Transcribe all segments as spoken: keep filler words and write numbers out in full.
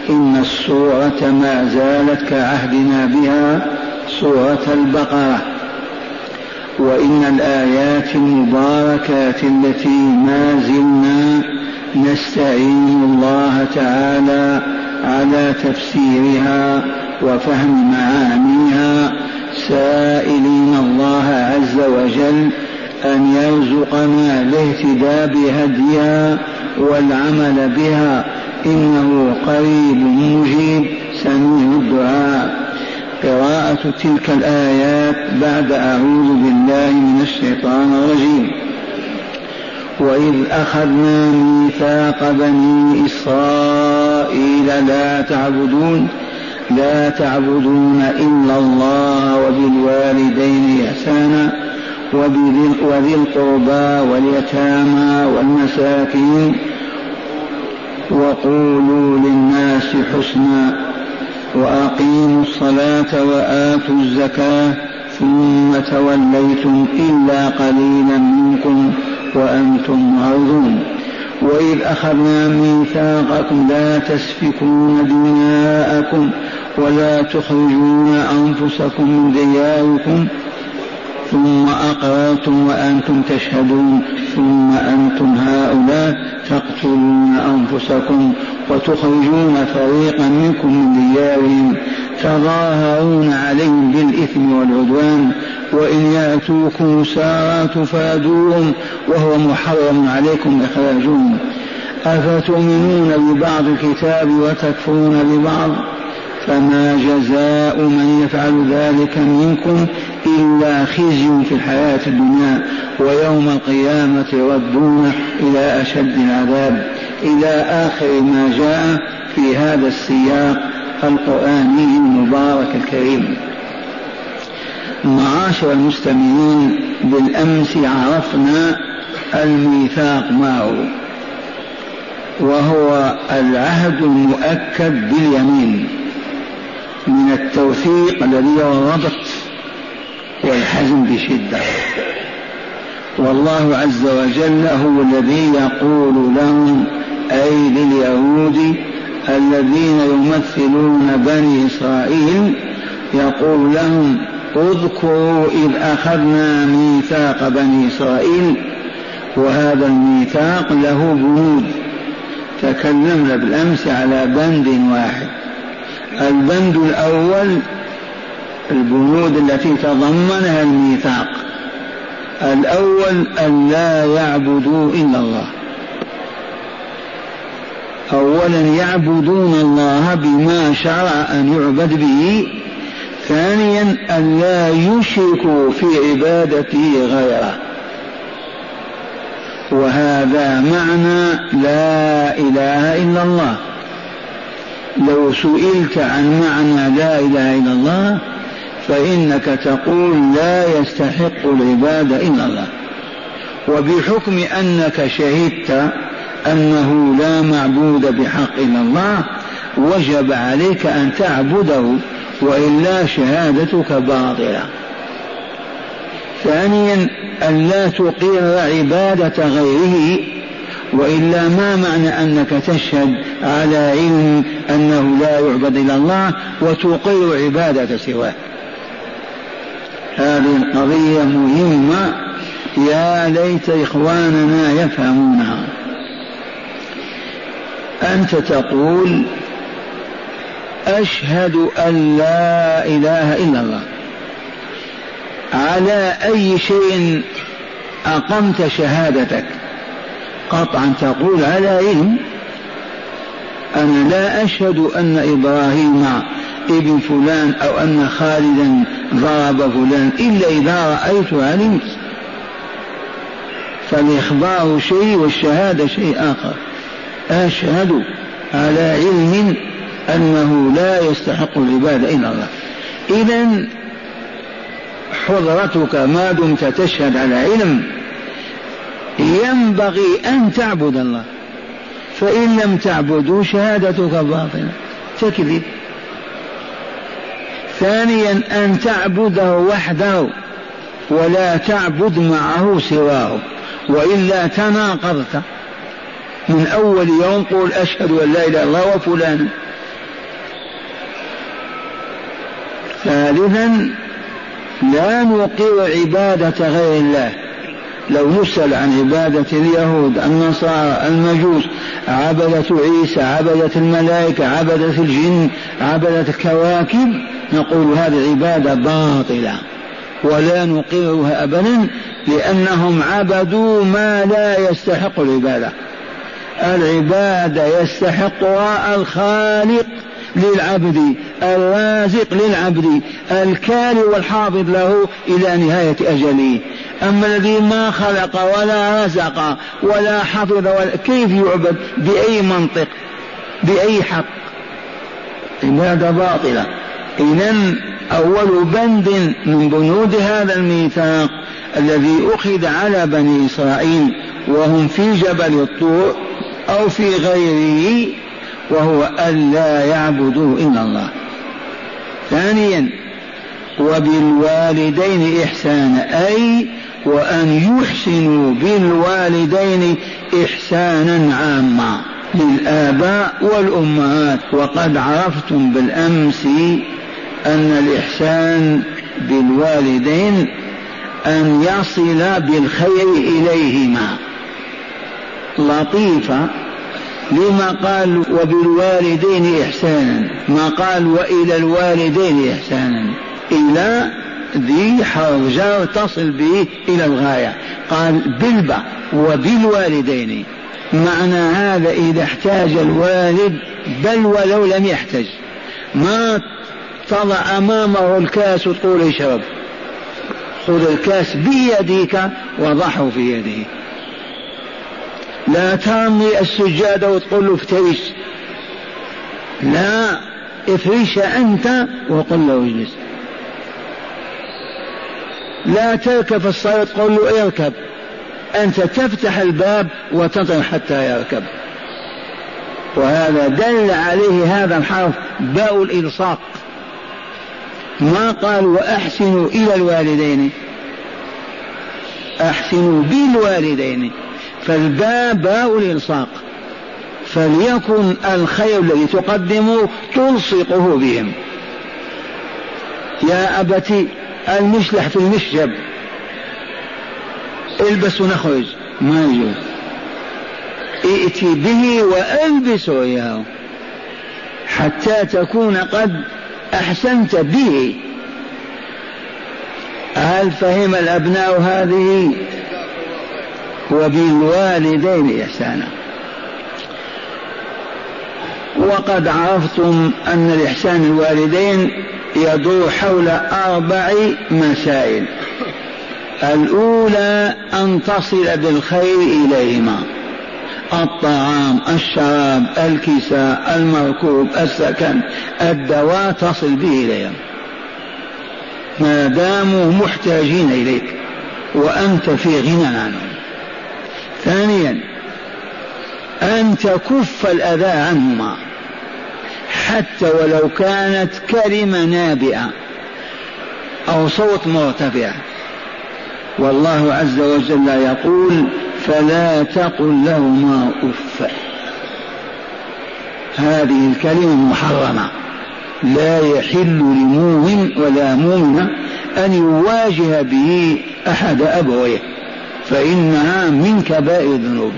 إن السورة ما زالت كعهدنا بها سورة البقرة، وإن الآيات المباركات التي ما زلنا نستعين الله تعالى على تفسيرها وفهم معانيها، سائلين الله عز وجل أن يرزقنا الاهتداء بهديها والعمل بها، إنه قريب مجيب سميع الدعاء. قراءة تلك الآيات بعد أعوذ بالله من الشيطان الرجيم. وإذ أخذنا ميثاق بني إسرائيل لا تعبدون لا تعبدون إلا الله وبالوالدين إحسانا وذي القربى واليتامى والمساكين وقولوا للناس حسنا وأقيموا الصلاة وآتوا الزكاة ثم توليتم إلا قليلا منكم وأنتم معرضون. وإذ أخذنا ميثاقكم لا تسفكون دماءكم ولا تخرجون أنفسكم من دياركم ثم أقررتم وأنتم تشهدون ثم أنتم هؤلاء تقتلون أنفسكم وتخرجون فريقا منكم من ديارهم تظاهرون عليهم بالإثم والعدوان وإن يأتوكم سارى تفادوهم وهو محرم عليكم إخراجهم. أفتؤمنون ببعض الكتاب وتكفرون ببعض فما جزاء من يفعل ذلك منكم إلا خزي في الحياة الدنيا ويوم القيامة يردون إلى أشد العذاب، إلى آخر ما جاء في هذا السياق القرآني المبارك الكريم. معاشر المستمعين، بالأمس عرفنا الميثاق ما هو، وهو العهد المؤكد باليمين من التوثيق الذي هو الربط والحزم بشدة. والله عز وجل هو الذي يقول لهم أي لليهود الذين يمثلون بني إسرائيل، يقول لهم اذكروا إذ أخذنا ميثاق بني إسرائيل، وهذا الميثاق له بنود. تكلمنا بالأمس على بند واحد. البند الأول البنود التي تضمنها الميثاق الأول أن لا يعبدوا إلا الله، أولا يعبدون الله بما شرع أن يعبد به، ثانيا أن لا يشركوا في عبادته غيره، وهذا معنى لا إله إلا الله. لو سئلت عن معنى لا إله إلا الله فإنك تقول لا يستحق العبادة إلا الله، وبحكم أنك شهدت أنه لا معبود بحق إلا الله وجب عليك أن تعبده، وإلا شهادتك باطلة. ثانيا أن لا تقر عبادة غيره، وإلا ما معنى أنك تشهد على علم أنه لا يعبد إلا الله وتقر عبادة سواه. هذه القضية مهمة، يا ليت إخواننا يفهمونها. أنت تقول أشهد أن لا إله إلا الله، على أي شيء أقمت شهادتك؟ قطعا تقول على علم. أنا لا أشهد أن إبراهيم ابن فلان أو أن خالدا ضرب فلان إلا إذا رأيت علمت، فالإخبار شيء والشهادة شيء آخر. أشهد على علم أنه لا يستحق العبادة إلا الله. إذن حضرتك ما دمت تشهد على علم ينبغي أن تعبد الله، فإن لم تعبدوا شهادتك باطلة تكذب. ثانيا أن تعبده وحده ولا تعبد معه سواه، وإلا تناقضت. من أول يوم قول أشهد أن لا إله إلا الله وفلان، ثالثا لا نقر عبادة غير الله. لو نسأل عن عبادة اليهود النصارى المجوس عبدة عيسى عبدة الملائكة عبدة الجن عبدة الكواكب نقول هذه عبادة باطلة ولا نقرها أبدا، لأنهم عبدوا ما لا يستحق العبادة. العبادة يستحقها الخالق للعبد الرازق للعبد الكالي والحافظ له إلى نهاية أجله. أما الذي ما خلق ولا رزق ولا حفظ ولا كيف يعبد؟ بأي منطق بأي حق؟ عبادة باطلة. إذن أول بند من بنود هذا الميثاق الذي أخذ على بني إسرائيل وهم في جبل الطور أو في غيره وهو ألا يعبدوا إلا الله. ثانيا وبالوالدين إحسانا، أي وأن يحسنوا بالوالدين إحسانا عاما للآباء والأمهات. وقد عرفتم بالأمس أن الإحسان بالوالدين أن يصل بالخير إليهما. لطيفة، لما قال وبالوالدين إحسانا ما قال وإلى الوالدين إحسانا؟ إلى ذي حرف جر تصل به إلى الغاية، قال بالباء وبالوالدين. معنى هذا إذا احتاج الوالد بل ولو لم يحتج ما تضع أمامه الكاس وتقول اشرب، خذ الكاس بيديك وضعه في يده. لا ترمي السجادة وتقول له افترش، لا، افرش أنت وقل له اجلس. لا تركب في الصلاة تقول له اركب، أنت تفتح الباب وتنتظر حتى يركب. وهذا دل عليه هذا الحرف باء الإلصاق. ما قال وأحسنوا إلى الوالدين، أحسنوا بالوالدين، فالباء باء الإلصاق. فليكن الخير الذي تقدمه تلصقه بهم. يا أبتي المشلح في المشجب، البس ونخرج، ما يجوز، ائتي به وألبسه إياه حتى تكون قد أحسنت به. هل فهم الأبناء هذه؟ وبالوالدين إحسانا. وقد عرفتم أن الإحسان الوالدين يدور حول أربع مسائل. الأولى أن تصل بالخير إليهما، الطعام الشراب الكساء المركوب السكن الدواء تصل به إليهم ما داموا محتاجين إليك وأنت في غنى عنهم. ثانيا أن تكف الأذى عنهما حتى ولو كانت كلمة نابئة أو صوت مرتفع. والله عز وجل يقول فلا تقل لهما أف. هذه الكلمة محرمة، لا يحل لمؤمن ولا مؤمنة أن يواجه به أحد أبويه، فإنها من كبائر الذنوب.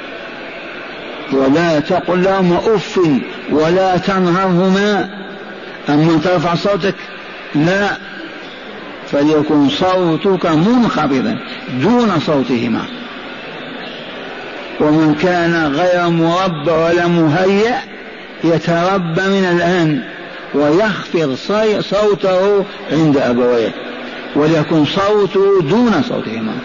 ولا تقل لهما أف ولا تنهرهما. أما ترفع صوتك لا، فليكن صوتك منخفضا دون صوتهما. ومن كان غير مربى ولا مهيأ يتربى من الآن ويخفض صوته عند أبويه، وليكن صوته دون صوتهما.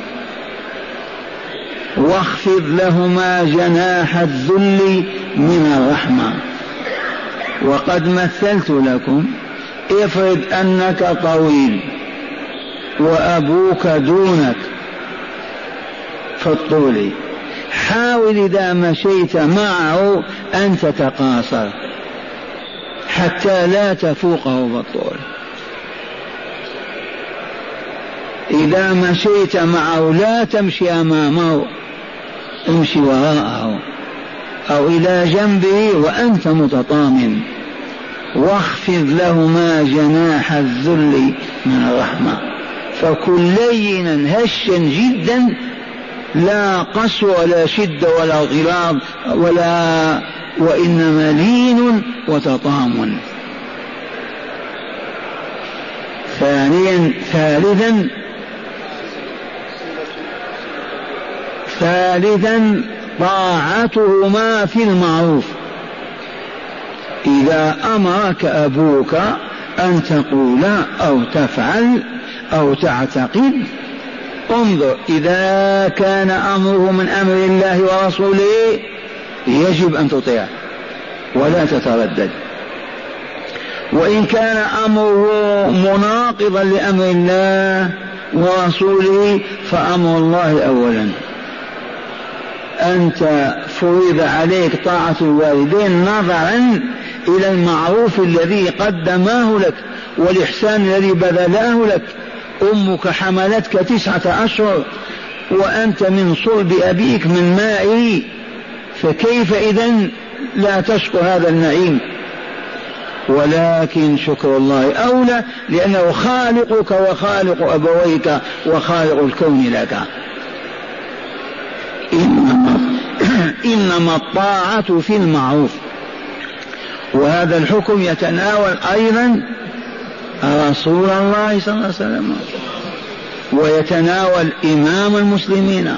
واخفض لهما جناح الذل من الرحمة. وقد مثلت لكم، افرض أنك طويل وأبوك دونك في الطول، حاول إذا مشيت معه أن تتقاصر حتى لا تفوقه بالطول. إذا مشيت معه لا تمشي أمامه، امشي وراءه أو إلى جنبه وأنت متطامن. واخفض لهما جناح الذل من الرحمة، فكن لينا هشا جدا، لا قسوة ولا شدة ولا غلاظ ولا، وإنما لين وتطامن. ثانيا ثالثا ثالثا طاعتهما في المعروف. إذا أمرك أبوك أن تقول أو تفعل أو تعتقد، انظر إذا كان أمره من أمر الله ورسوله يجب أن تطيع ولا تتردد، وإن كان أمره مناقضا لأمر الله ورسوله فأمر الله أولا. أنت فرض عليك طاعة الوالدين نظرا إلى المعروف الذي قدماه لك والإحسان الذي بذلاه لك. أمك حملتك تسعة أشهر وأنت من صلب أبيك من مائه، فكيف إذن لا تشكر هذا النعيم؟ ولكن شكر الله أولى، لأنه خالقك وخالق أبويك وخالق الكون لك. إنما, إنما الطاعة في المعروف. وهذا الحكم يتناول أيضا رسول الله صلى الله عليه وسلم، ويتناول إمام المسلمين.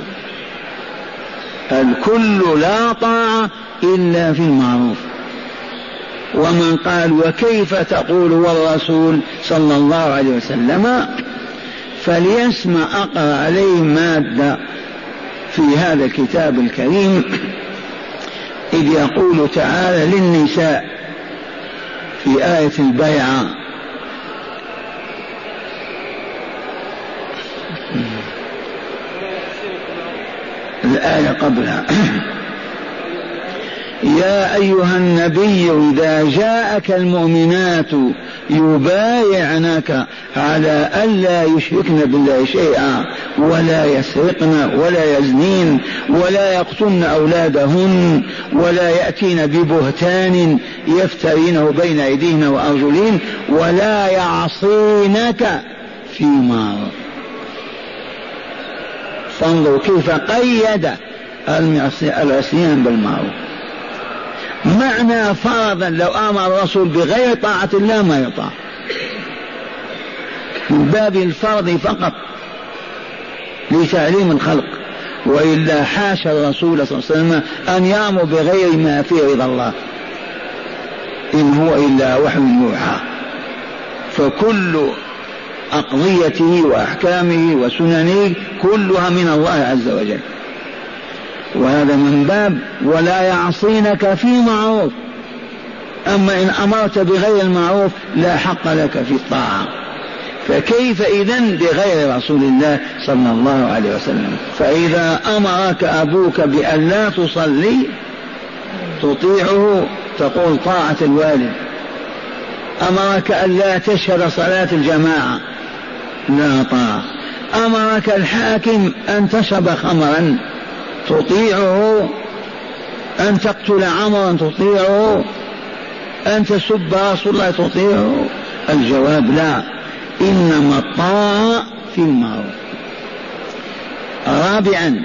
الكل لا طاعة إلا في المعروف. ومن قال وكيف تقول والرسول صلى الله عليه وسلم، فليسمع أقرأ عليه مادة في هذا الكتاب الكريم، إذ يقول تعالى للنساء في آية البيعة: الآية قبلها: يا أيها النبي إذا جاءك المؤمنات يبايعنك على ألا يشركن بالله شيئا ولا يسرقن ولا يزنين ولا يقتلن أولادهن ولا يأتين ببهتان يفترينه بين أيديهن وأرجلهن ولا يعصينك في معروف. فانظروا كيف قيد العصيان بالمعروف. معنى فرضا لو آمر الرسول بغير طاعة الله ما يطاع، من باب الفرض فقط لتعليم الخلق، وإلا حاشا الرسول صلى الله عليه وسلم أن يأمر بغير ما فيه رضا الله، إن هو إلا وحي يوحى. فكل أقضيته وأحكامه وسننه كلها من الله عز وجل. وهذا من باب ولا يعصينك في معروف. أما إن أمرت بغير المعروف لا حق لك في الطاعة، فكيف إذن بغير رسول الله صلى الله عليه وسلم؟ فإذا أمرك أبوك بأن لا تصلي تطيعه، تقول طاعة الوالد. أمرك أن لا تشهد صلاة الجماعة لا طاعة. أمرك الحاكم أن تشرب خمرا تطيعه. أن تقتل عمرا تطيعه. أن تسب رسول الله تطيعه. الجواب لا، إنما الطاعة في المعروف. رابعا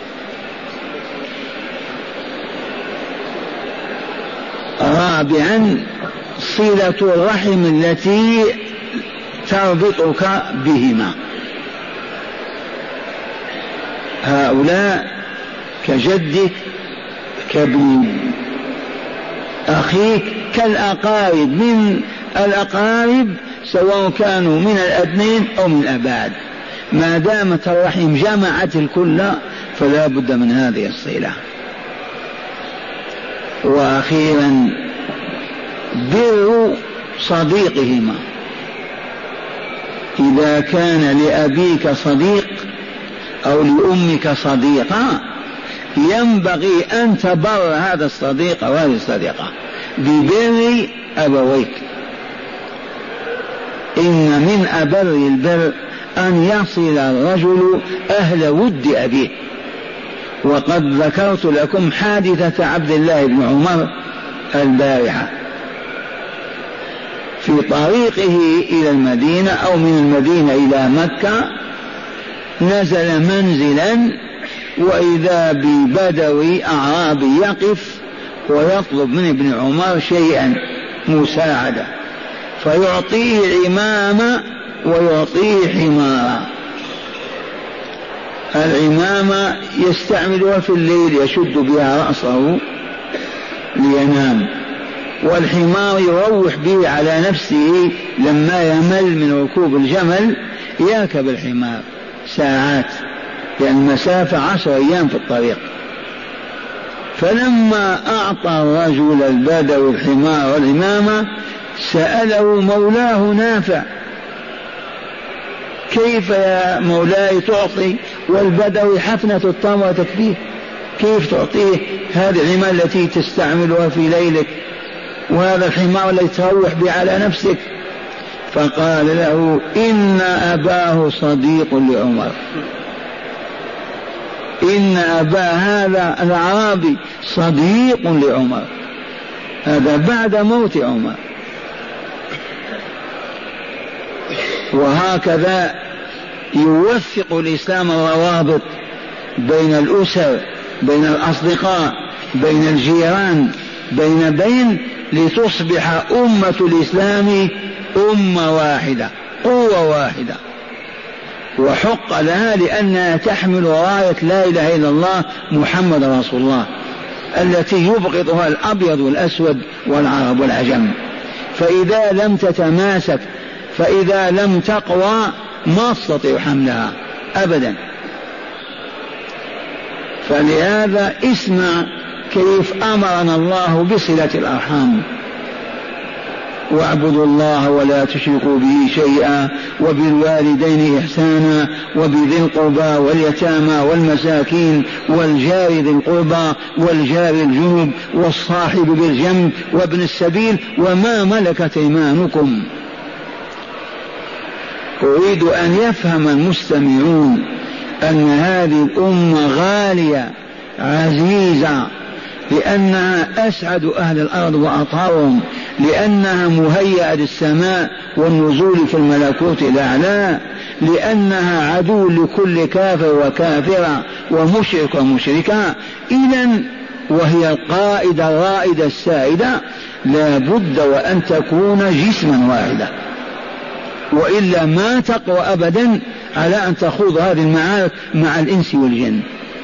رابعا صلة الرحم التي تربطك بهما. هؤلاء كجدك كابن أخيك كالأقارب من الأقارب، سواء كانوا من الأبنين أو من الأبعاد، ما دامت الرحم جمعت الكل فلا بد من هذه الصلة. وأخيرا بر صديقهما. إذا كان لأبيك صديق أو لأمك صديقة ينبغي أن تبر هذا الصديق أو هذه الصديقة ببر أبويك. إن من أبر البر أن يصل الرجل أهل ود أبيه. وقد ذكرت لكم حادثة عبد الله بن عمر البارحة. في طريقه إلى المدينة أو من المدينة إلى مكة نزل منزلا وإذا ببدوي أعرابي يقف ويطلب من ابن عمر شيئا مساعدة فيعطيه عمامة ويعطيه حمارا. العمامة يستعملها في الليل يشد بها رأسه لينام، والحمار يروح به على نفسه لما يمل من ركوب الجمل يركب الحمار ساعات لأن المسافة عشر أيام في الطريق. فلما أعطى الرجل البدوي الحمار والعمامة سأله مولاه نافع: كيف يا مولاي تعطي والبدوي حفنة التمر تكفيه، كيف تعطيه هذه العمامة التي تستعملها في ليلك وهذا الحمار الذي تروح به على نفسك؟ فقال له: إن أباه صديق لعمر، إن أبا هذا الأعرابي صديق لعمر، هذا بعد موت عمر. وهكذا يوثق الإسلام الروابط بين الأسر، بين الأصدقاء، بين الجيران، بين بين لتصبح أمة الإسلام أمة واحدة، قوة واحدة، وحق لها لأنها تحمل راية لا إله إلا الله محمد رسول الله التي يبغضها الأبيض والأسود والعرب والعجم. فإذا لم تتماسك، فإذا لم تقوى ما تستطيع حملها أبدا. فلهذا اسمع كيف أمرنا الله بصلة الأرحام: واعبدوا الله ولا تشركوا به شيئا وبالوالدين إحسانا وبذي القربى واليتامى والمساكين والجار ذي القربى والجار الجنب والصاحب بالجنب وابن السبيل وما ملكت أيمانكم. أريد أن يفهم المستمعون أن هذه الأمة غالية عزيزة، لأنها أسعد أهل الأرض وأطهرهم، لأنها مهيئة للسماء والنزول في الملكوت الأعلى، لأنها عدو لكل كافر وكافرة ومشرك ومشركة. إذن وهي القائدة الرائدة السائدة لا بد وأن تكون جسما واحدا، وإلا ما تقوى أبدا على أن تخوض هذه المعارك مع الإنس والجن.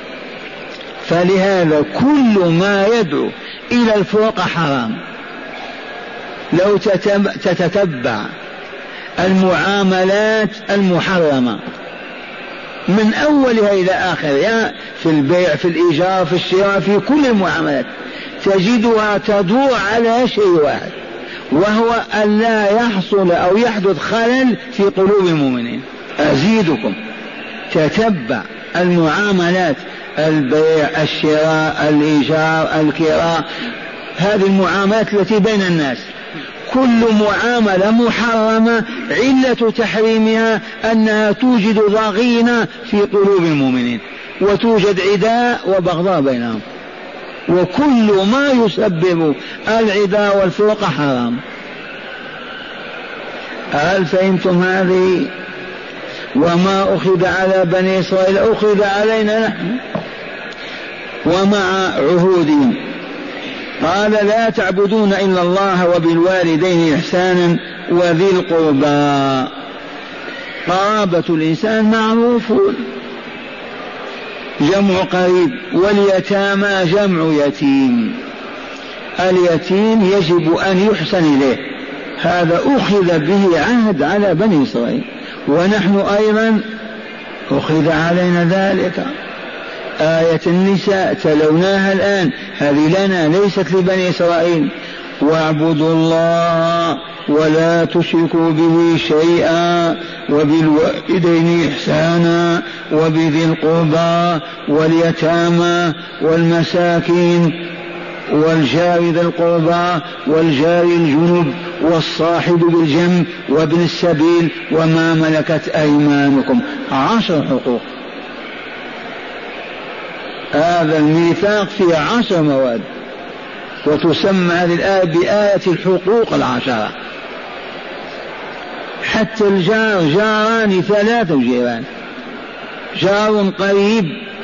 فلهذا كل ما يدعو إلى الفرقة حرام. لو تتتبع المعاملات المحرمة من أولها إلى آخرها في البيع في الإيجار في الشراء في كل المعاملات تجدها تدور على شيء واحد، وهو أن لا يحصل أو يحدث خلل في قلوب المؤمنين. أزيدكم: تتبع المعاملات، البيع الشراء الإيجار الكراء، هذه المعاملات التي بين الناس كل معاملة محرمة علة تحريمها أنها توجد ضغينة في قلوب المؤمنين وتوجد عداء وبغضاء بينهم، وكل ما يسبب العداء والفرقة حرام. هل فهمتم هذه؟ وما أخذ على بني إسرائيل أخذ علينا نحن ومع عهودهم. قال: لا تعبدون إلا الله وبالوالدين إحسانا وذي القربى. قرابة الإنسان معروفون، جمع قريب، واليتامى جمع يتيم. اليتيم يجب أن يحسن إليه، هذا أخذ به عهد على بني إسرائيل، ونحن أيضا أخذ علينا ذلك. آية النساء تلوناها الآن، هذه لنا ليست لبني إسرائيل. واعبدوا الله ولا تشركوا به شيئا وبالوالدين إحسانا وبذي القربى واليتامى والمساكين والجار ذي القربى والجار الجنب والصاحب بالجنب وابن السبيل وما ملكت أيمانكم. عشر حقوق. هذا الميثاق فيه عشر مواد، وتسمى هذه الآية بآية الحقوق العشرة. حتى الجار، جاران ثلاثة جيران، جار قريب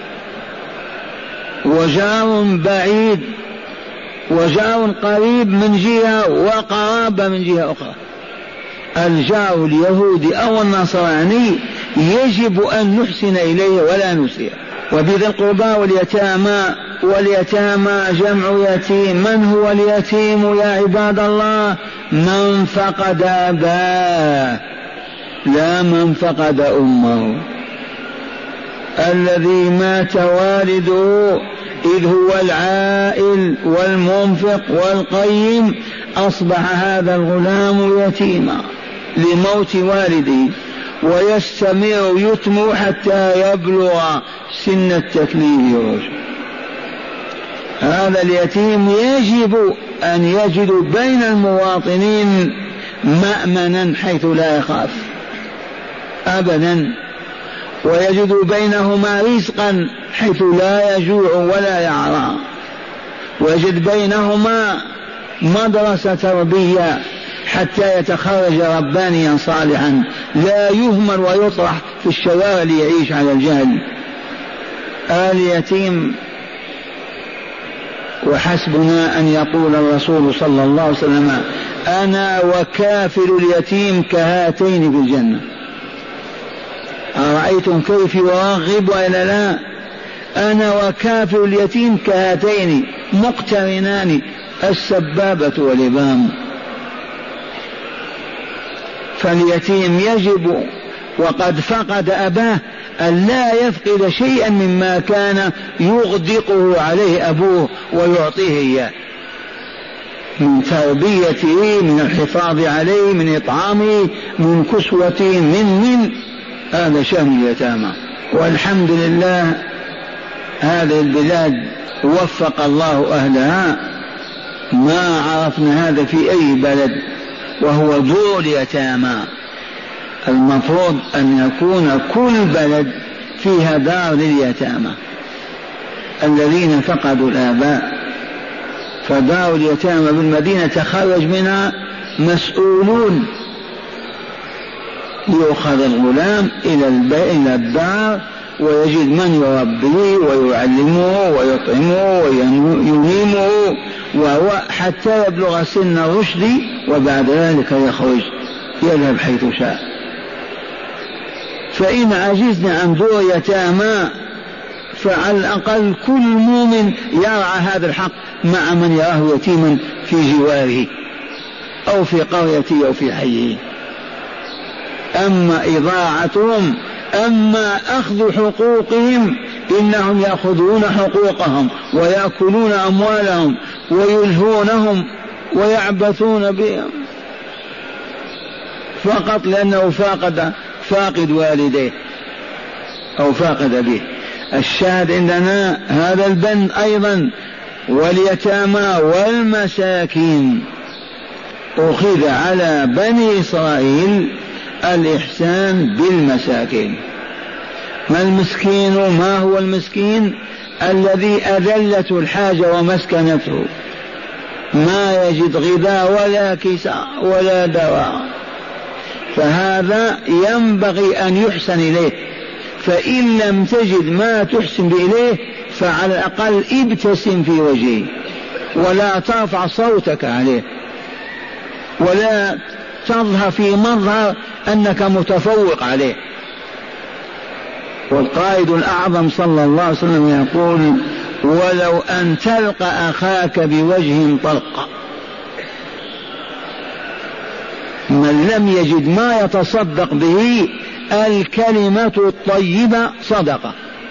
وجار بعيد وجار قريب من جهة وقرابة من جهة أخرى. الجار اليهودي أو النصراني يجب أن نحسن إليه ولا نسيء. وبذي القربى واليتامى، واليتامى جمع يتيم. من هو اليتيم يا عباد الله؟ من فقد أباه لا من فقد أمه. الذي مات والده إذ هو العائل والمنفق والقيم أصبح هذا الغلام يتيما لموت والده، ويستمر يتم حتى يبلغ سن التكليف والرشد. هذا اليتيم يجب أن يجد بين المواطنين مأمنا حيث لا يخاف أبدا، ويجد بينهما رزقا حيث لا يجوع ولا يعرى، ويجد بينهما مدرسة تربية حتى يتخرج ربانيا صالحا لا يهمل ويطرح في الشوارع ليعيش على الجهل. اليتيم وحسبنا أن يقول الرسول صلى الله عليه وسلم: أنا وكافل اليتيم كهاتين في الجنة. أرأيتم كيف يرغب وإلا لا؟ أنا وكافل اليتيم كهاتين مقترنان، السبابة والإبام. فاليتيم يجب وقد فقد أباه أن لا يفقد شيئا مما كان يغدقه عليه أبوه ويعطيه إياه من تربيته، من الحفاظ عليه، من إطعامه، من كسوته، من من هذا شأن اليتامى. والحمد لله هذه البلاد وفق الله أهلها، ما عرفنا هذا في أي بلد، وهو دور اليتامى. المفروض أن يكون كل بلد فيها دار لليتامى الذين فقدوا الآباء. فدار اليتامى بالمدينة تخرج منها مسؤولون ليؤخذ الغلام إلى الدار ويجد من يربيه ويعلمه ويطعمه وينيمه وهو حتى يبلغ سن الرشد، وبعد ذلك يخرج يذهب حيث شاء. فإن عجزنا عن دور يتامى فعلى الأقل كل مؤمن يرعى هذا الحق مع من يراه يتيما في جواره أو في قريته أو في حيه. أما إضاعتهم، أما أخذ حقوقهم، إنهم يأخذون حقوقهم ويأكلون أموالهم ويلهونهم ويعبثون بهم فقط لأنه فاقد فاقد والديه أو فاقد به. الشاهد عندنا هذا البند أيضا. واليتامى والمساكين أخذ على بني إسرائيل الإحسان بالمساكين. ما المسكين؟ ما هو المسكين؟ الذي أذلته الحاجة ومسكنته، ما يجد غذاء ولا كساء ولا دواء، فهذا ينبغي أن يحسن إليه. فإن لم تجد ما تحسن إليه فعلى الأقل ابتسم في وجهه ولا ترفع صوتك عليه ولا تظهر في مظهر أنك متفوق عليه. والقائد الأعظم صلى الله عليه وسلم يقول: ولو أن تلقى أخاك بوجه طلق. من لم يجد ما يتصدق به الكلمة الطيبة صدقة.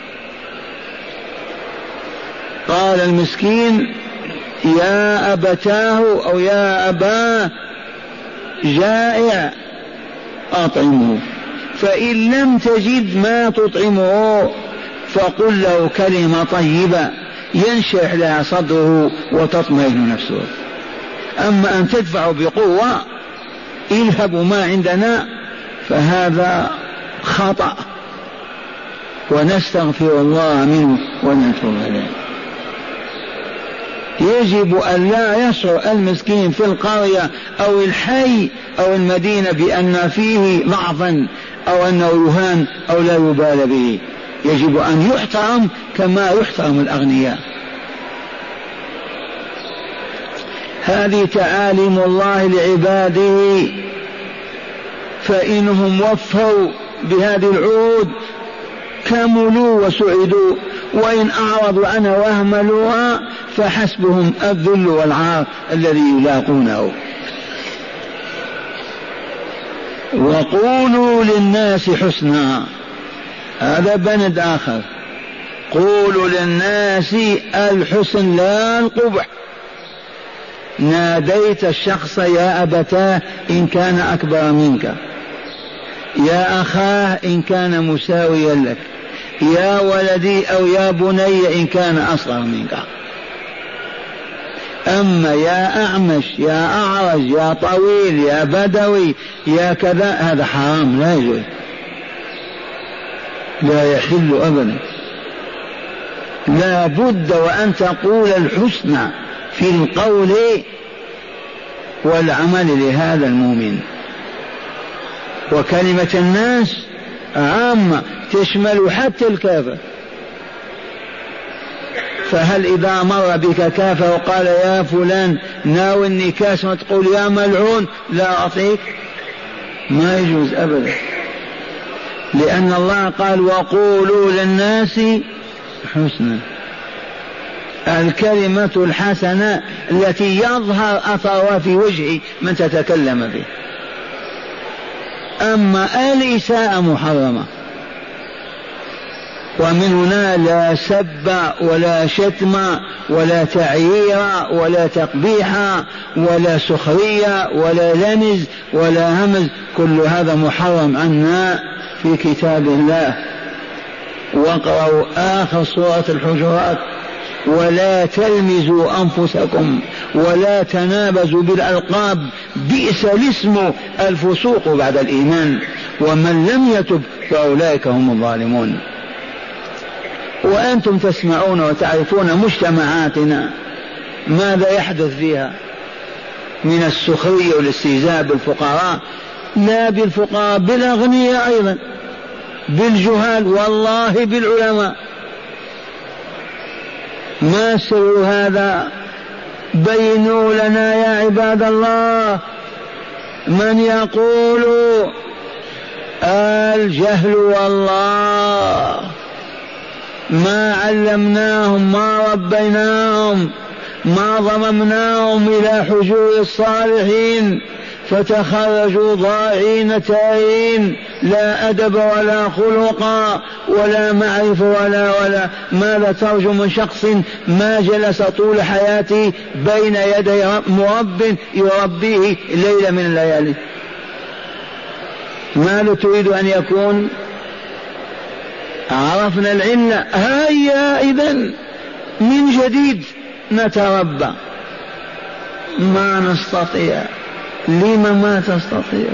قال المسكين: يا أبتاه أو يا أباه جائع أطعمه، فإن لم تجد ما تطعمه فقل له كلمة طيبة ينشرح لها صدره وتطمئن نفسه. أما أن تدفع بقوة اذهبوا ما عندنا فهذا خطأ، ونستغفر الله منه ونتوب إليه. يجب أن لا يشعر المسكين في القرية أو الحي أو المدينة بأن فيه ضعفا أو أنه يهان أو لا يبال به، يجب أن يحترم كما يحترم الأغنياء. هذه تعاليم الله لعباده، فإنهم وفوا بهذه العهود كملوا وسعدوا، وإن أعرضوا عنها وأهملوها فحسبهم الذل والعار الذي يلاقونه. وقولوا للناس حسنا، هذا بند آخر، قولوا للناس الحسن لا القبح. ناديت الشخص يا أبتاه إن كان أكبر منك، يا أخاه إن كان مساويا لك، يا ولدي أو يا بني إن كان أصغر منك. أما يا أعمش يا أعرج يا طويل يا بدوي يا كذا، هذا حرام لا يجوز، لا يحل أبدا. لا بد وأن تقول الحسنى في القول والعمل لهذا المؤمن. وكلمة الناس عامة تشمل حتى الكافر، فهل إذا مر بك كافر وقال يا فلان ناولني كاس وتقول يا ملعون لا أعطيك؟ ما يجوز أبدا، لأن الله قال وقولوا للناس حسنا. الكلمة الحسنة التي يظهر أثرها في وجه من تتكلم به. أما الإساءة محرمة، ومن هنا لا سب ولا شتم ولا تعيير ولا تقبيح ولا سخرية ولا لمز ولا همز، كل هذا محرم عنا في كتاب الله. واقرأوا آخر سورة الحجرات ولا تلمزوا أنفسكم ولا تنابزوا بالألقاب بئس الاسم الفسوق بعد الإيمان ومن لم يتب فأولئك هم الظالمون. وأنتم تسمعون وتعرفون مجتمعاتنا ماذا يحدث فيها من السخرية والاستهزاء بالفقراء، لا بالفقراء، بالأغنياء أيضا، بالجهال، والله بالعلماء. ما سر هذا؟ بينوا لنا يا عباد الله. من يقول الجهل والله، ما علمناهم ما ربيناهم ما ضممناهم إلى حجور الصالحين فتخرجوا ضائعين تائهين، لا أدب ولا خلق ولا معرفة ولا ولا ماذا ترجو من شخص ما جلس طول حياته بين يدي مرب يربيه ليلة من الليالي؟ ماذا تريد أن يكون؟ عرفنا العلة، هيا إذن من جديد نتربى. ما نستطيع. لما ما تستطيع؟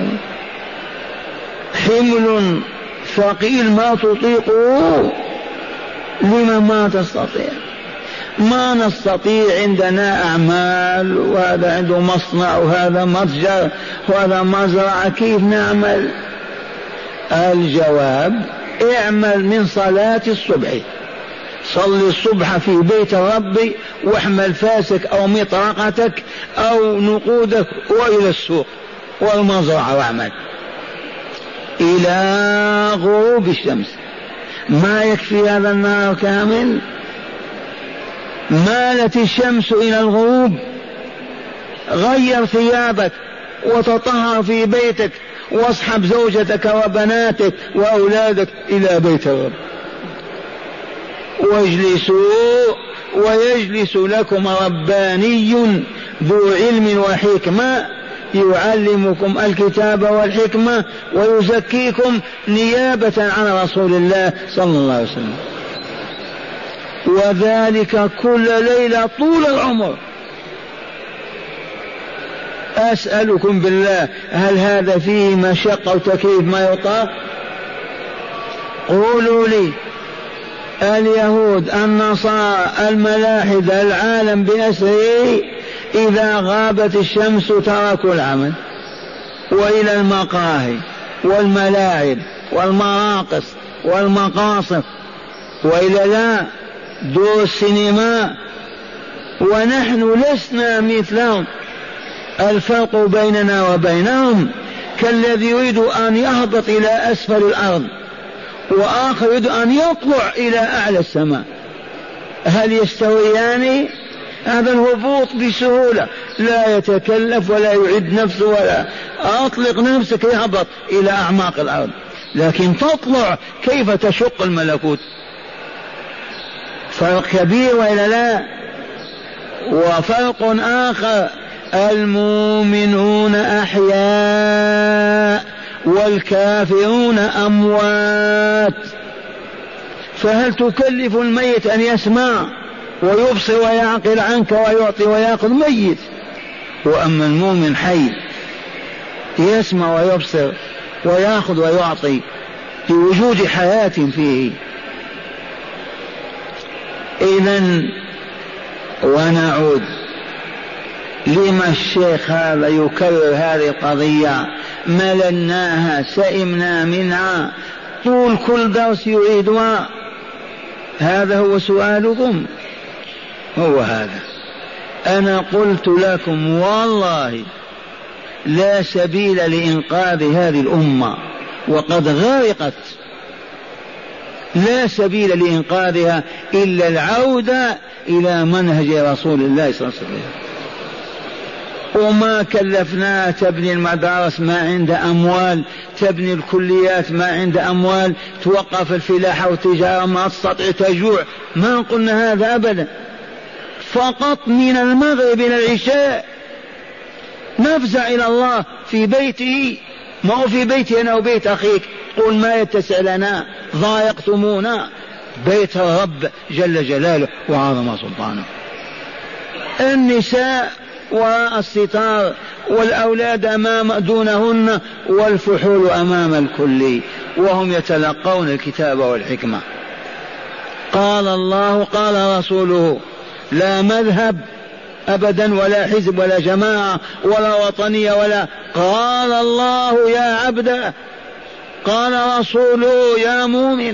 حمل ثقيل ما تطيقه، لما ما تستطيع؟ ما نستطيع، عندنا أعمال، وهذا عنده مصنع وهذا متجر وهذا مزرعة، كيف نعمل؟ الجواب اعمل من صلاة الصبح، صل الصبح في بيت الرب واحمل فاسك أو مطرقتك أو نقودك وإلى السوق والمزرعة واعمل إلى غروب الشمس. ما يكفي هذا النهار كامل؟ مالت الشمس إلى الغروب، غير ثيابك وتطهر في بيتك واصحب زوجتك وبناتك وأولادك إلى بيت الرب، واجلسوا ويجلس لكم رباني ذو علم وحكمة يعلمكم الكتاب والحكمة ويزكيكم نيابة عن رسول الله صلى الله عليه وسلم، وذلك كل ليلة طول العمر. أسألكم بالله، هل هذا فيه مشقة وتكليف ما يطاق؟ قولوا لي. اليهود النصارى الملاحدة العالم بأسره إذا غابت الشمس تركوا العمل وإلى المقاهي والملاعب والمراقص والمقاصف وإلى لا دور السينما، ونحن لسنا مثلهم. الفرق بيننا وبينهم كالذي يريد أن يهبط إلى أسفل الأرض وآخر يريد أن يطلع إلى أعلى السماء. هل يستويان؟ هذا الهبوط بسهولة، لا يتكلف ولا يعد نفسه ولا أطلق نفسك يهبط إلى أعماق الأرض، لكن تطلع كيف تشق الملكوت. فرق كبير وإلا لا؟ وفرق آخر، المؤمنون أحياء والكافرون أموات. فهل تكلف الميت أن يسمع ويبصر ويعقل عنك ويعطي ويأخذ؟ ميت. وأما المؤمن حي يسمع ويبصر ويأخذ ويعطي بوجود حياة فيه. إذن ونعود، لما الشيخ هذا يكرر هذه القضية؟ مللناها، سئمنا منها، طول كل درس يعيدها. هذا هو سؤالكم، هو هذا. أنا قلت لكم والله لا سبيل لإنقاذ هذه الأمة وقد غرقت، لا سبيل لإنقاذها إلا العودة إلى منهج رسول الله صلى الله عليه وسلم. وما كلفناها تبني المدارس ما عند أموال، تبني الكليات ما عند أموال، توقف الفلاحة والتجارة ما تستطيع تجوع، ما قلنا هذا أبدا. فقط من المغرب إلى العشاء نفزع إلى الله في بيته، ما هو في بيتي أنا وبيت أخيك. قل ما يتسع لنا، ضايقتمونا. بيت الرب جل جلاله وعظم سلطانه. النساء وراء الستار، والأولاد أمام دونهن، والفحول أمام الكل، وهم يتلقون الكتاب والحكمة. قال الله قال رسوله، لا مذهب أبدا ولا حزب ولا جماعة ولا وطنية ولا. قال الله يا عبد، قال رسوله يا مؤمن.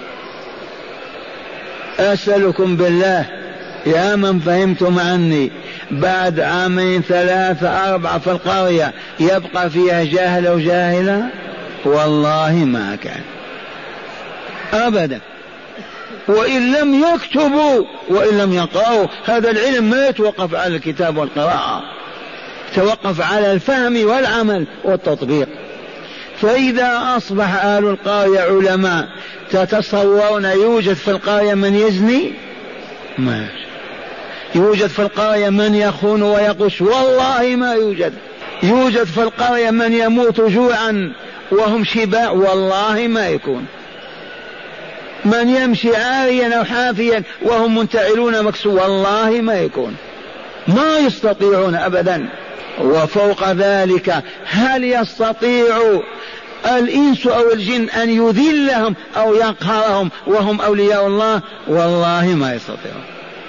أسألكم بالله يا من فهمتم عني، بعد عامين ثلاثة أربعة في القرية يبقى فيها جاهل أو جاهلة؟ والله ما كان أبدا. وإن لم يكتبوا وإن لم يقرأوا، هذا العلم ما يتوقف على الكتاب والقراءة، توقف على الفهم والعمل والتطبيق. فإذا أصبح أهل القرية علماء، تتصورون يوجد في القرية من يزني؟ ما يوجد في القرية من يخون ويقش؟ والله ما يوجد. يوجد في القرية من يموت جوعا وهم شباع؟ والله ما يكون. من يمشي عاريا أو حافيا وهم منتعلون مكسو؟ والله ما يكون، ما يستطيعون أبدا. وفوق ذلك، هل يستطيع الإنس أو الجن أن يذلهم أو يقهرهم وهم أولياء الله؟ والله ما يستطيعون،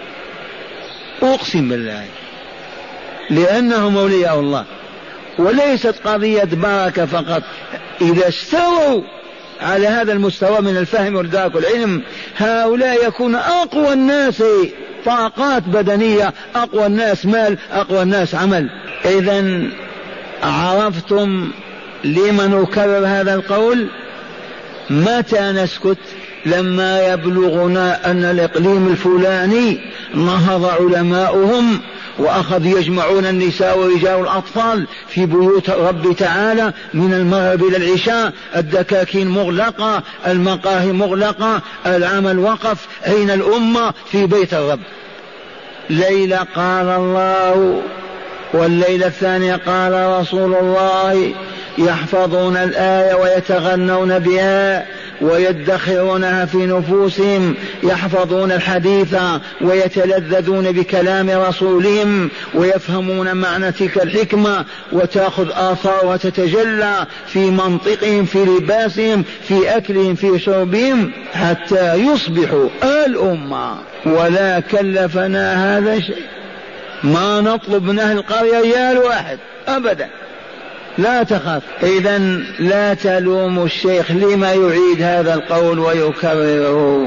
أقسم بالله، لأنهم أولياء الله. وليست قضية بركة فقط. إذا استووا على هذا المستوى من الفهم والإدراك والعلم، هؤلاء يكون أقوى الناس طاقات بدنية، أقوى الناس مال، أقوى الناس عمل. إذن عرفتم لما نكرر هذا القول؟ متى نسكت؟ لما يبلغنا أن الإقليم الفلاني نهض علماؤهم وأخذوا يجمعون النساء والرجال والأطفال في بيوت رب تعالى من المغرب إلى العشاء، الدكاكين مغلقة، المقاهي مغلقة، العمل وقف. أين الأمة؟ في بيت الرب. ليلة قال الله، والليلة الثانية قال رسول الله، يحفظون الآية ويتغنون بها، ويدخرونها في نفوسهم، يحفظون الحديث ويتلذذون بكلام رسولهم ويفهمون معنى تلك الحكمة وتأخذ آثار وتتجلى في منطقهم، في لباسهم، في أكلهم، في شربهم، حتى يصبحوا الأمة. ولا كلفنا هذا شيء، ما نطلب من أهل القرية ريال واحد أبدا، لا تخاف. إذن لا تلوموا الشيخ لما يعيد هذا القول ويكرره.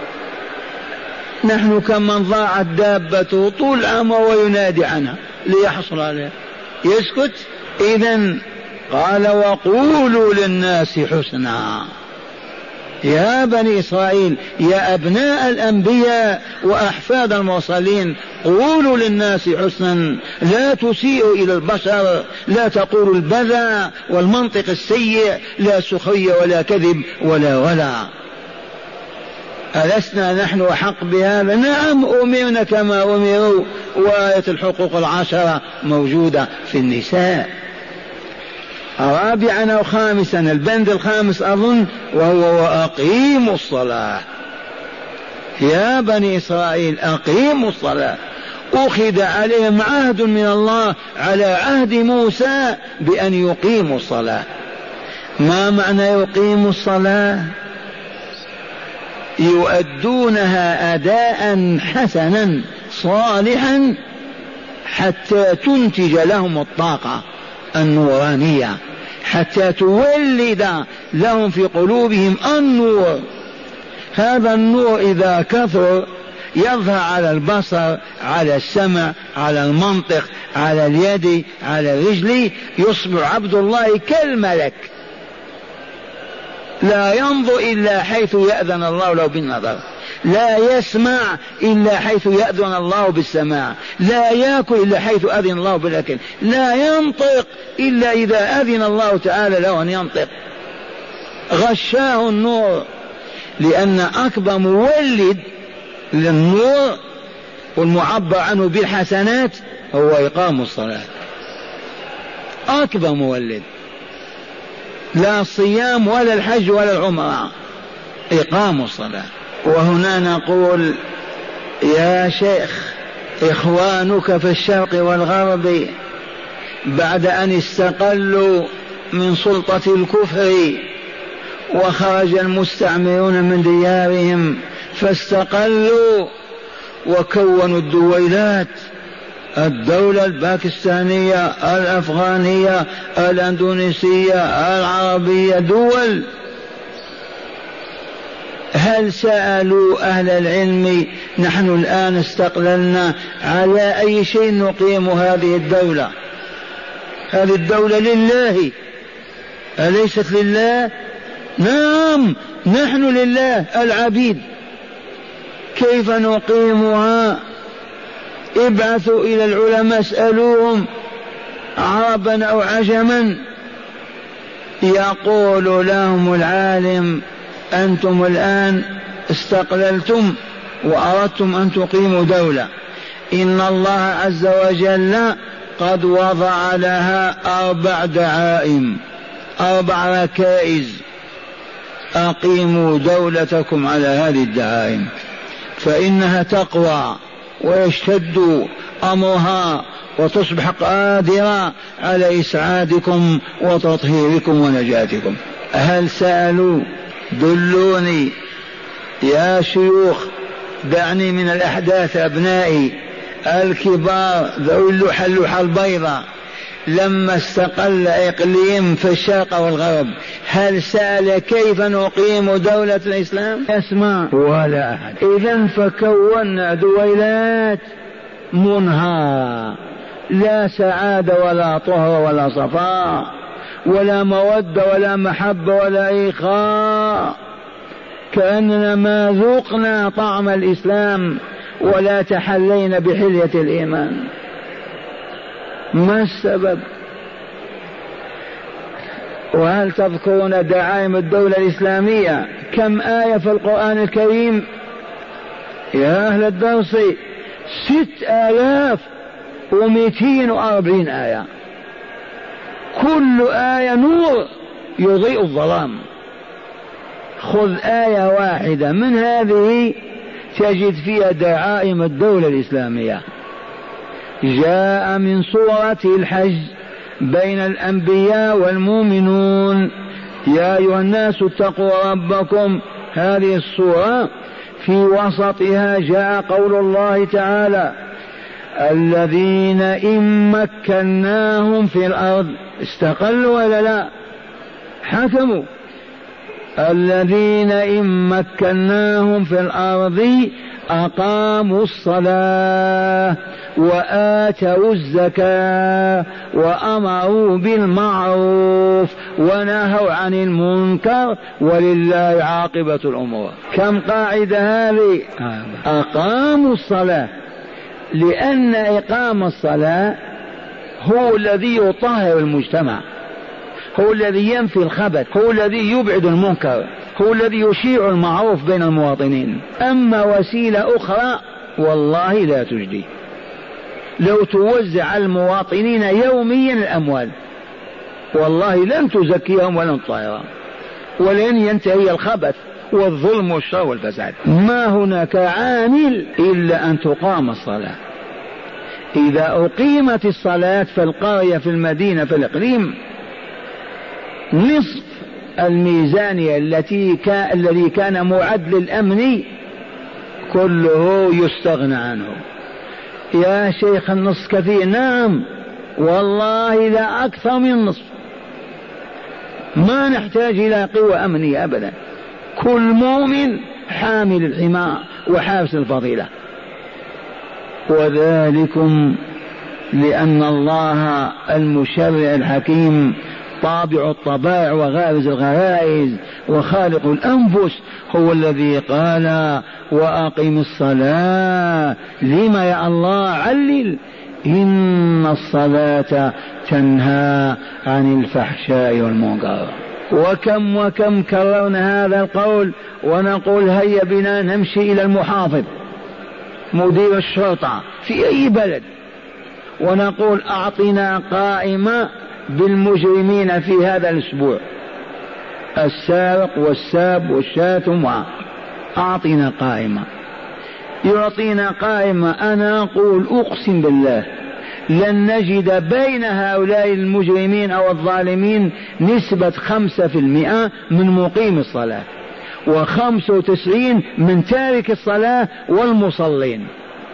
نحن كمن ضاعت دابته طول عمره وينادي عنها ليحصل عليها، يسكت؟ إذن قال وقولوا للناس حسنا. يا بني إسرائيل، يا أبناء الأنبياء وأحفاد المرسلين، قولوا للناس حسنا، لا تسيئوا إلى البشر، لا تقولوا البذا والمنطق السيء، لا سخرية ولا كذب ولا ولا. ألسنا نحن أحق بهذا؟ نعم، أمرنا كما أمروا، وآية الحقوق العشرة موجودة في النساء. رابعا أو خامسا، البند الخامس أظن، وهو وأقيموا الصلاة. يا بني إسرائيل أقيموا الصلاة. أخذ عليهم عهد من الله على عهد موسى بأن يقيموا الصلاة. ما معنى يقيموا الصلاة؟ يؤدونها أداء حسنا صالحا حتى تنتج لهم الطاقة النورانية، حتى تولد لهم في قلوبهم النور. هذا النور إذا كثر يظهر على البصر، على السمع، على المنطق، على اليد، على الرجل، يصبح عبد الله كالملك، لا ينظر إلا حيث يأذن الله له بالنظر، لا يسمع إلا حيث يأذن الله بالسماع، لا يأكل إلا حيث أذن الله بالأكل، لا ينطق إلا إذا أذن الله تعالى له أن ينطق. غشاه النور، لأن أكبر مولد للنور والمعبر عنه بالحسنات هو إقام الصلاة. أكبر مولد، لا الصيام ولا الحج ولا العمرة، إقام الصلاة. وهنا نقول يا شيخ، إخوانك في الشرق والغرب بعد أن استقلوا من سلطة الكفر وخرج المستعمرون من ديارهم فاستقلوا وكونوا الدويلات، الدولة الباكستانية، الأفغانية، الأندونيسية، العربية، دول. هل سألوا أهل العلم نحن الآن استقللنا على أي شيء نقيم هذه الدولة؟ هذه الدولة لله أليست لله؟ نعم، نحن لله العبيد. كيف نقيمها؟ ابعثوا إلى العلماء اسألوهم عربا أو عجما، يقول لهم العالم أنتم الآن استقللتم وأردتم أن تقيموا دولة، إن الله عز وجل قد وضع لها أربع دعائم، أربع ركائز، أقيموا دولتكم على هذه الدعائم فإنها تقوى ويشتد أمرها وتصبح قادرة على إسعادكم وتطهيركم ونجاتكم. هل سألوا؟ دلوني يا شيوخ، دعني من الأحداث أبنائي الكبار ذوي اللحى اللحى البيضاء، لما استقل إقليم في الشرق والغرب هل سأل كيف نقيم دولة الإسلام؟ يسمع ولا أحد. إذن فكونا دويلات منهارة، لا سعادة ولا طهر ولا صفاء ولا مودة ولا محبة ولا إخاء، كأننا ما ذقنا طعم الإسلام ولا تحلينا بحلية الإيمان. ما السبب؟ وهل تذكرون دعائم الدولة الإسلامية؟ كم آية في القرآن الكريم يا أهل الدرس؟ ست آلاف ومئتين وأربعين آية، كل آية نور يضيء الظلام. خذ آية واحدة من هذه تجد فيها دعائم الدولة الإسلامية. جاء من سورة الحج بين الأنبياء والمؤمنون يا أيها الناس اتقوا ربكم. هذه السورة في وسطها جاء قول الله تعالى الذين إن مكناهم في الأرض استقلوا ولا لا؟ حكموا. الذين إن مكناهم في الأرض أقاموا الصلاة وآتوا الزكاة وأمروا بالمعروف ونهوا عن المنكر ولله عاقبة الأمور. كم قاعدة هذه؟ أقاموا الصلاة، لأن إقام الصلاة هو الذي يطهر المجتمع، هو الذي ينفي الخبث، هو الذي يبعد المنكر، هو الذي يشيع المعروف بين المواطنين. أما وسيلة أخرى والله لا تجدي. لو توزع على المواطنين يوميا الأموال والله لن تزكيهم ولن تطهرهم ولن ينتهي الخبث والظلم والشر والفساد. ما هناك عامل إلا أن تقام الصلاة. إذا أقيمت الصلاة في القرية في المدينة في الإقليم نصف الميزانية التي كان الذي كان معد للأمن كله يستغنى عنه. يا شيخ النصف كثير، نعم والله لا أكثر من النصف. ما نحتاج إلى قوة أمنية أبدا. كل مؤمن حامل الحماية وحارس الفضيلة. وذلكم لأن الله المشرع الحكيم طابع الطبائع وغارز الغرائز وخالق الأنفس هو الذي قال وأقم الصلاة. لما يا الله؟ علل إن الصلاة تنهى عن الفحشاء والمنكر. وكم وكم كررنا هذا القول ونقول هيا بنا نمشي إلى المحافظ مدير الشرطة في أي بلد ونقول أعطنا قائمة بالمجرمين في هذا الأسبوع، السارق والساب والشاتم، أعطنا قائمة. يعطينا قائمة. أنا أقول أقسم بالله لن نجد بين هؤلاء المجرمين أو الظالمين نسبة خمسة في المئة من مقيم الصلاة وخمسة وتسعين من تارك الصلاة والمصلين.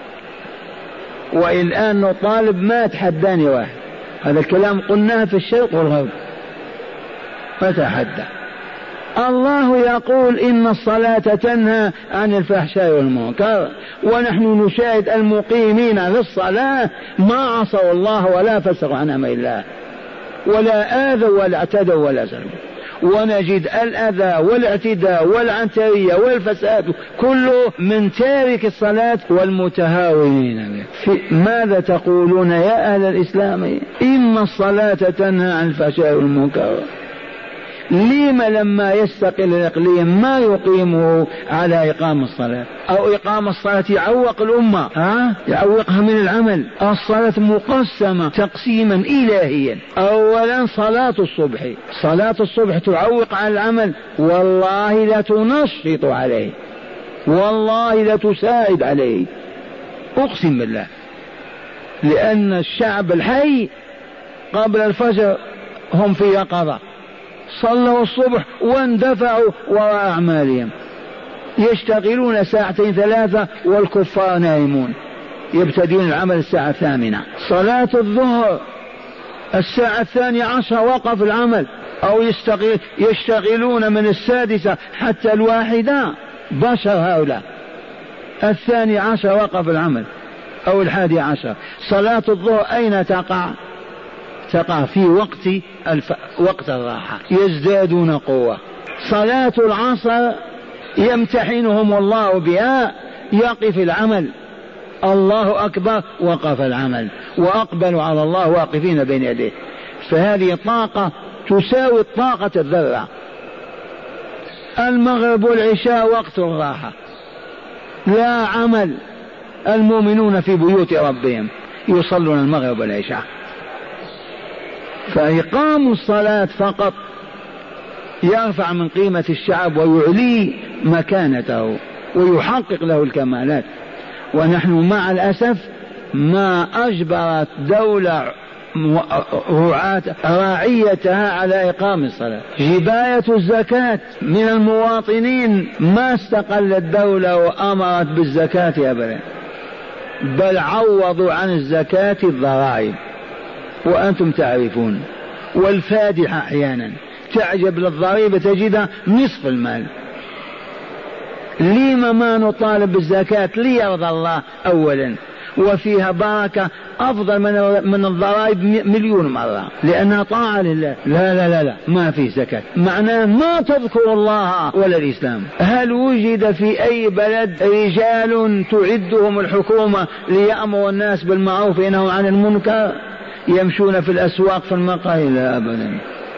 والآن نطالب ما تحداني واحد. هذا الكلام قلناه في الشرق والغرب فتحدى. الله يقول إن الصلاة تنهى عن الفحشاء والمنكر ونحن نشاهد المقيمين للصلاة ما عصوا الله ولا فسقوا عن أمر الله ولا آذوا ولا اعتدوا ولا ظلموا. ونجد الأذى والاعتداء والعنترية والفساد كله من تارك الصلاة والمتهاونين. ماذا تقولون يا أهل الإسلام؟ إن الصلاة تنهى عن الفحشاء والمنكر. لما لما يستقل الإقليم ما يقيمه على إقام الصلاة؟ أو إقام الصلاة يعوق الأمة، ها؟ يعوقها من العمل. الصلاة مقسمة تقسيما إلهيا. أولا صلاة الصبح، صلاة الصبح تعوق على العمل والله لا تنشط عليه والله لا تساعد عليه، أقسم بالله. لأن الشعب الحي قبل الفجر هم في يقظة، صلوا الصبح واندفعوا وراء أعمالهم، يشتغلون ساعتين ثلاثة والكفار نائمون، يبتدون العمل الساعة الثامنة. صلاة الظهر الساعة الثانية عشر وقف العمل، أو يشتغل يشتغلون من السادسة حتى الواحدة، بشر هؤلاء. الثاني عشر وقف العمل أو الحادي عشر. صلاة الظهر أين تقع؟ تقع في وقت الف... وقت الراحة، يزدادون قوة. صلاة العصر يمتحنهم الله بها، يقف العمل، الله أكبر وقف العمل وأقبلوا على الله واقفين بين يديه. فهذه طاقة تساوي طاقة الذرة. المغرب والعشاء وقت الراحة لا عمل، المؤمنون في بيوت ربهم يصلون المغرب والعشاء. فإقام الصلاة فقط يرفع من قيمة الشعب ويعلي مكانته ويحقق له الكمالات. ونحن مع الأسف ما أجبرت دولة رعاة راعيتها على إقام الصلاة. جباية الزكاة من المواطنين ما استقلت الدولة وأمرت بالزكاة أبدا، بل عوضوا عن الزكاة الضرائب، وأنتم تعرفون. والفادحة أحيانا تعجب للضريبة تجدها نصف المال. لما ما نطالب بالزكاة؟ ليرضى الله أولا، وفيها بركة أفضل من من الضرائب مليون مرة، لأنها طاعة لله. لا لا لا لا ما في زكاة، معناه ما تذكر الله ولا الإسلام. هل وجد في أي بلد رجال تعدهم الحكومة ليأمروا الناس بالمعروف وينهوا عن المنكر يمشون في الأسواق في المقاهي؟ لا أبدا.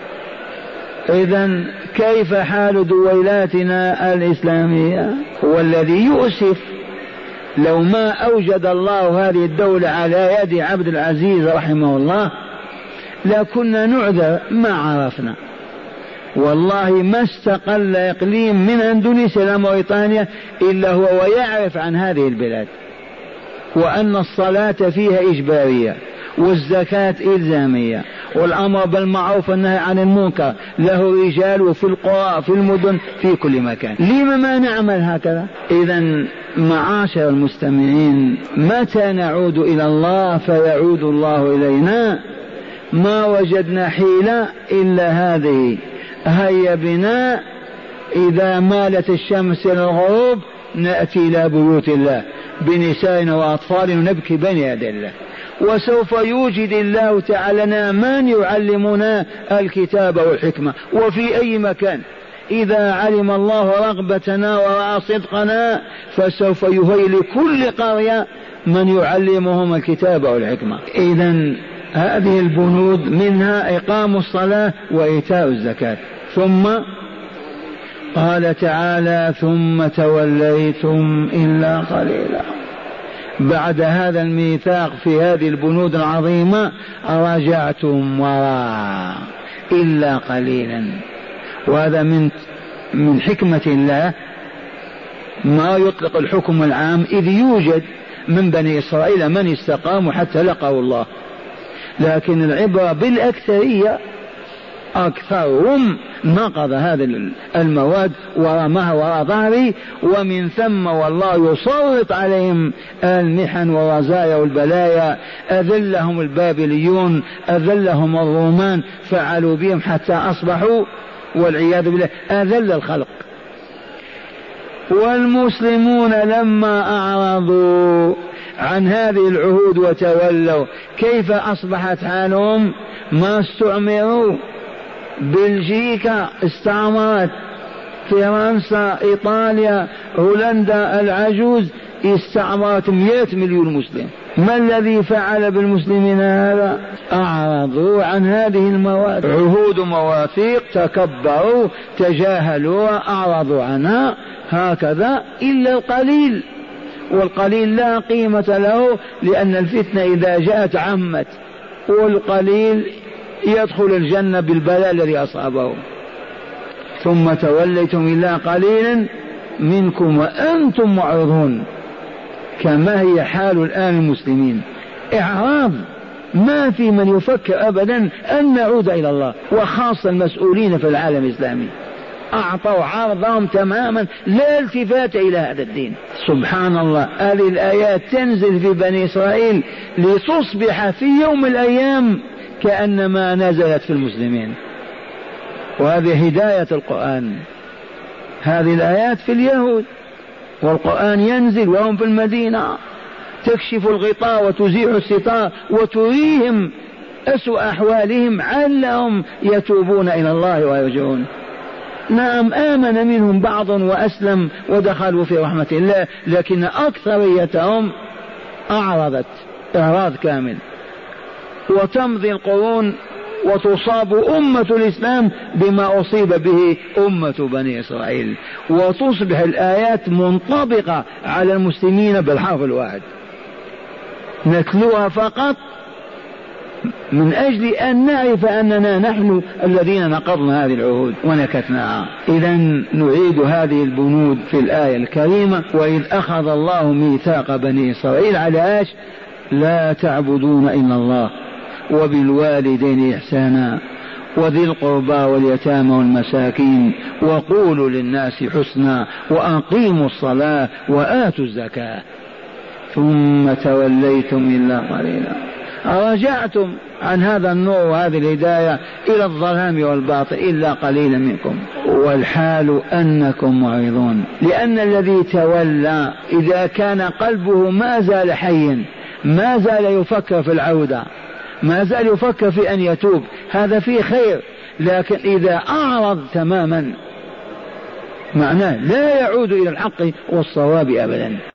إذن كيف حال دويلاتنا الإسلامية؟ هو الذي يؤسف. لو ما أوجد الله هذه الدولة على يد عبد العزيز رحمه الله لكنا نعذر ما عرفنا. والله ما استقل إقليم من أندونيسيا إلى موريتانيا إلا هو ويعرف عن هذه البلاد، وأن الصلاة فيها إجبارية والزكاة إلزامية والأمر بالمعروف والنهي عن المنكر له رجال في القرى في المدن في كل مكان. لما ما نعمل هكذا؟ إذن معاشر المستمعين، متى نعود إلى الله فيعود الله إلينا؟ ما وجدنا حيلة إلا هذه. هيا بنا إذا مالت الشمس إلى الغروب نأتي إلى بيوت الله بنسائنا وأطفالنا ونبكي بين يدي الله، وسوف يوجد الله تعالى لنا من يعلمنا الكتاب والحكمة وفي أي مكان. إذا علم الله رغبتنا ورأى صدقنا فسوف يهيئ لكل قرية من يعلمهم الكتاب والحكمة. إذن هذه البنود منها إقام الصلاة وإيتاء الزكاة. ثم قال تعالى ثم توليتم إلا قليلا. بعد هذا الميثاق في هذه البنود العظيمة رجعتم وراء إلا قليلا. وهذا من من حكمة الله ما يطلق الحكم العام، إذ يوجد من بني إسرائيل من استقاموا حتى لقوا الله، لكن العبرة بالأكثرية. أكثرهم نقض هذه المواد ورماها وراء ظهري، ومن ثم والله يسلط عليهم المحن والرزايا والبلايا. أذلهم البابليون، أذلهم الرومان، فعلوا بهم حتى أصبحوا والعياذ بالله أذل الخلق. والمسلمون لما أعرضوا عن هذه العهود وتولوا كيف أصبحت حالهم؟ ما استعمروا، بلجيكا استعمرت، فرنسا، إيطاليا، هولندا العجوز استعمرت مئة مليون مسلم. ما الذي فعل بالمسلمين هذا؟ أعرضوا عن هذه المواد، عهود مواثيق، تكبروا، تجاهلوا، أعرضوا عنها. هكذا إلا القليل، والقليل لا قيمة له، لأن الفتنة إذا جاءت عمت، والقليل يدخل الجنة بالبلاء الذي أصابه. ثم توليتم إلا قليلا منكم وأنتم معرضون، كما هي حال الآن المسلمين. إعراض، ما في من يفكر أبدا أن نعود إلى الله، وخاصة المسؤولين في العالم الإسلامي أعطوا عرضهم تماما، لا التفات إلى هذا الدين. سبحان الله، هذه الآيات تنزل في بني إسرائيل لتصبح في يوم من الأيام كأنما نزلت في المسلمين. وهذه هداية القرآن. هذه الآيات في اليهود والقرآن ينزل وهم في المدينة، تكشف الغطاء وتزيح الستار وتريهم أسوأ أحوالهم علهم يتوبون إلى الله ويرجعون. نعم آمن منهم بعض وأسلم ودخلوا في رحمة الله، لكن أكثريتهم أعرضت إعراض كامل. وتمضي القرون وتصاب أمة الإسلام بما أصيب به أمة بني إسرائيل، وتصبح الآيات منطبقة على المسلمين بالحرف الواحد، نتلوها فقط من أجل أن نعرف أننا نحن الذين نقضنا هذه العهود ونكثناها. إذا نعيد هذه البنود في الآية الكريمة: وإذ أخذ الله ميثاق بني إسرائيل على إيش؟ لا تعبدون إلا الله وبالوالدين إحسانا وذي القربى واليتامى والمساكين وقولوا للناس حسنا وأقيموا الصلاة وآتوا الزكاة ثم توليتم إلا قليلا. رجعتم عن هذا النور وهذه الهداية إلى الظلام والباطل إلا قليلا منكم، والحال أنكم معرضون. لأن الذي تولى إذا كان قلبه ما زال حيا، ما زال يفكر في العودة، ما زال يفكر في أن يتوب، هذا فيه خير. لكن إذا أعرض تماما معناه لا يعود إلى الحق والصواب أبدا.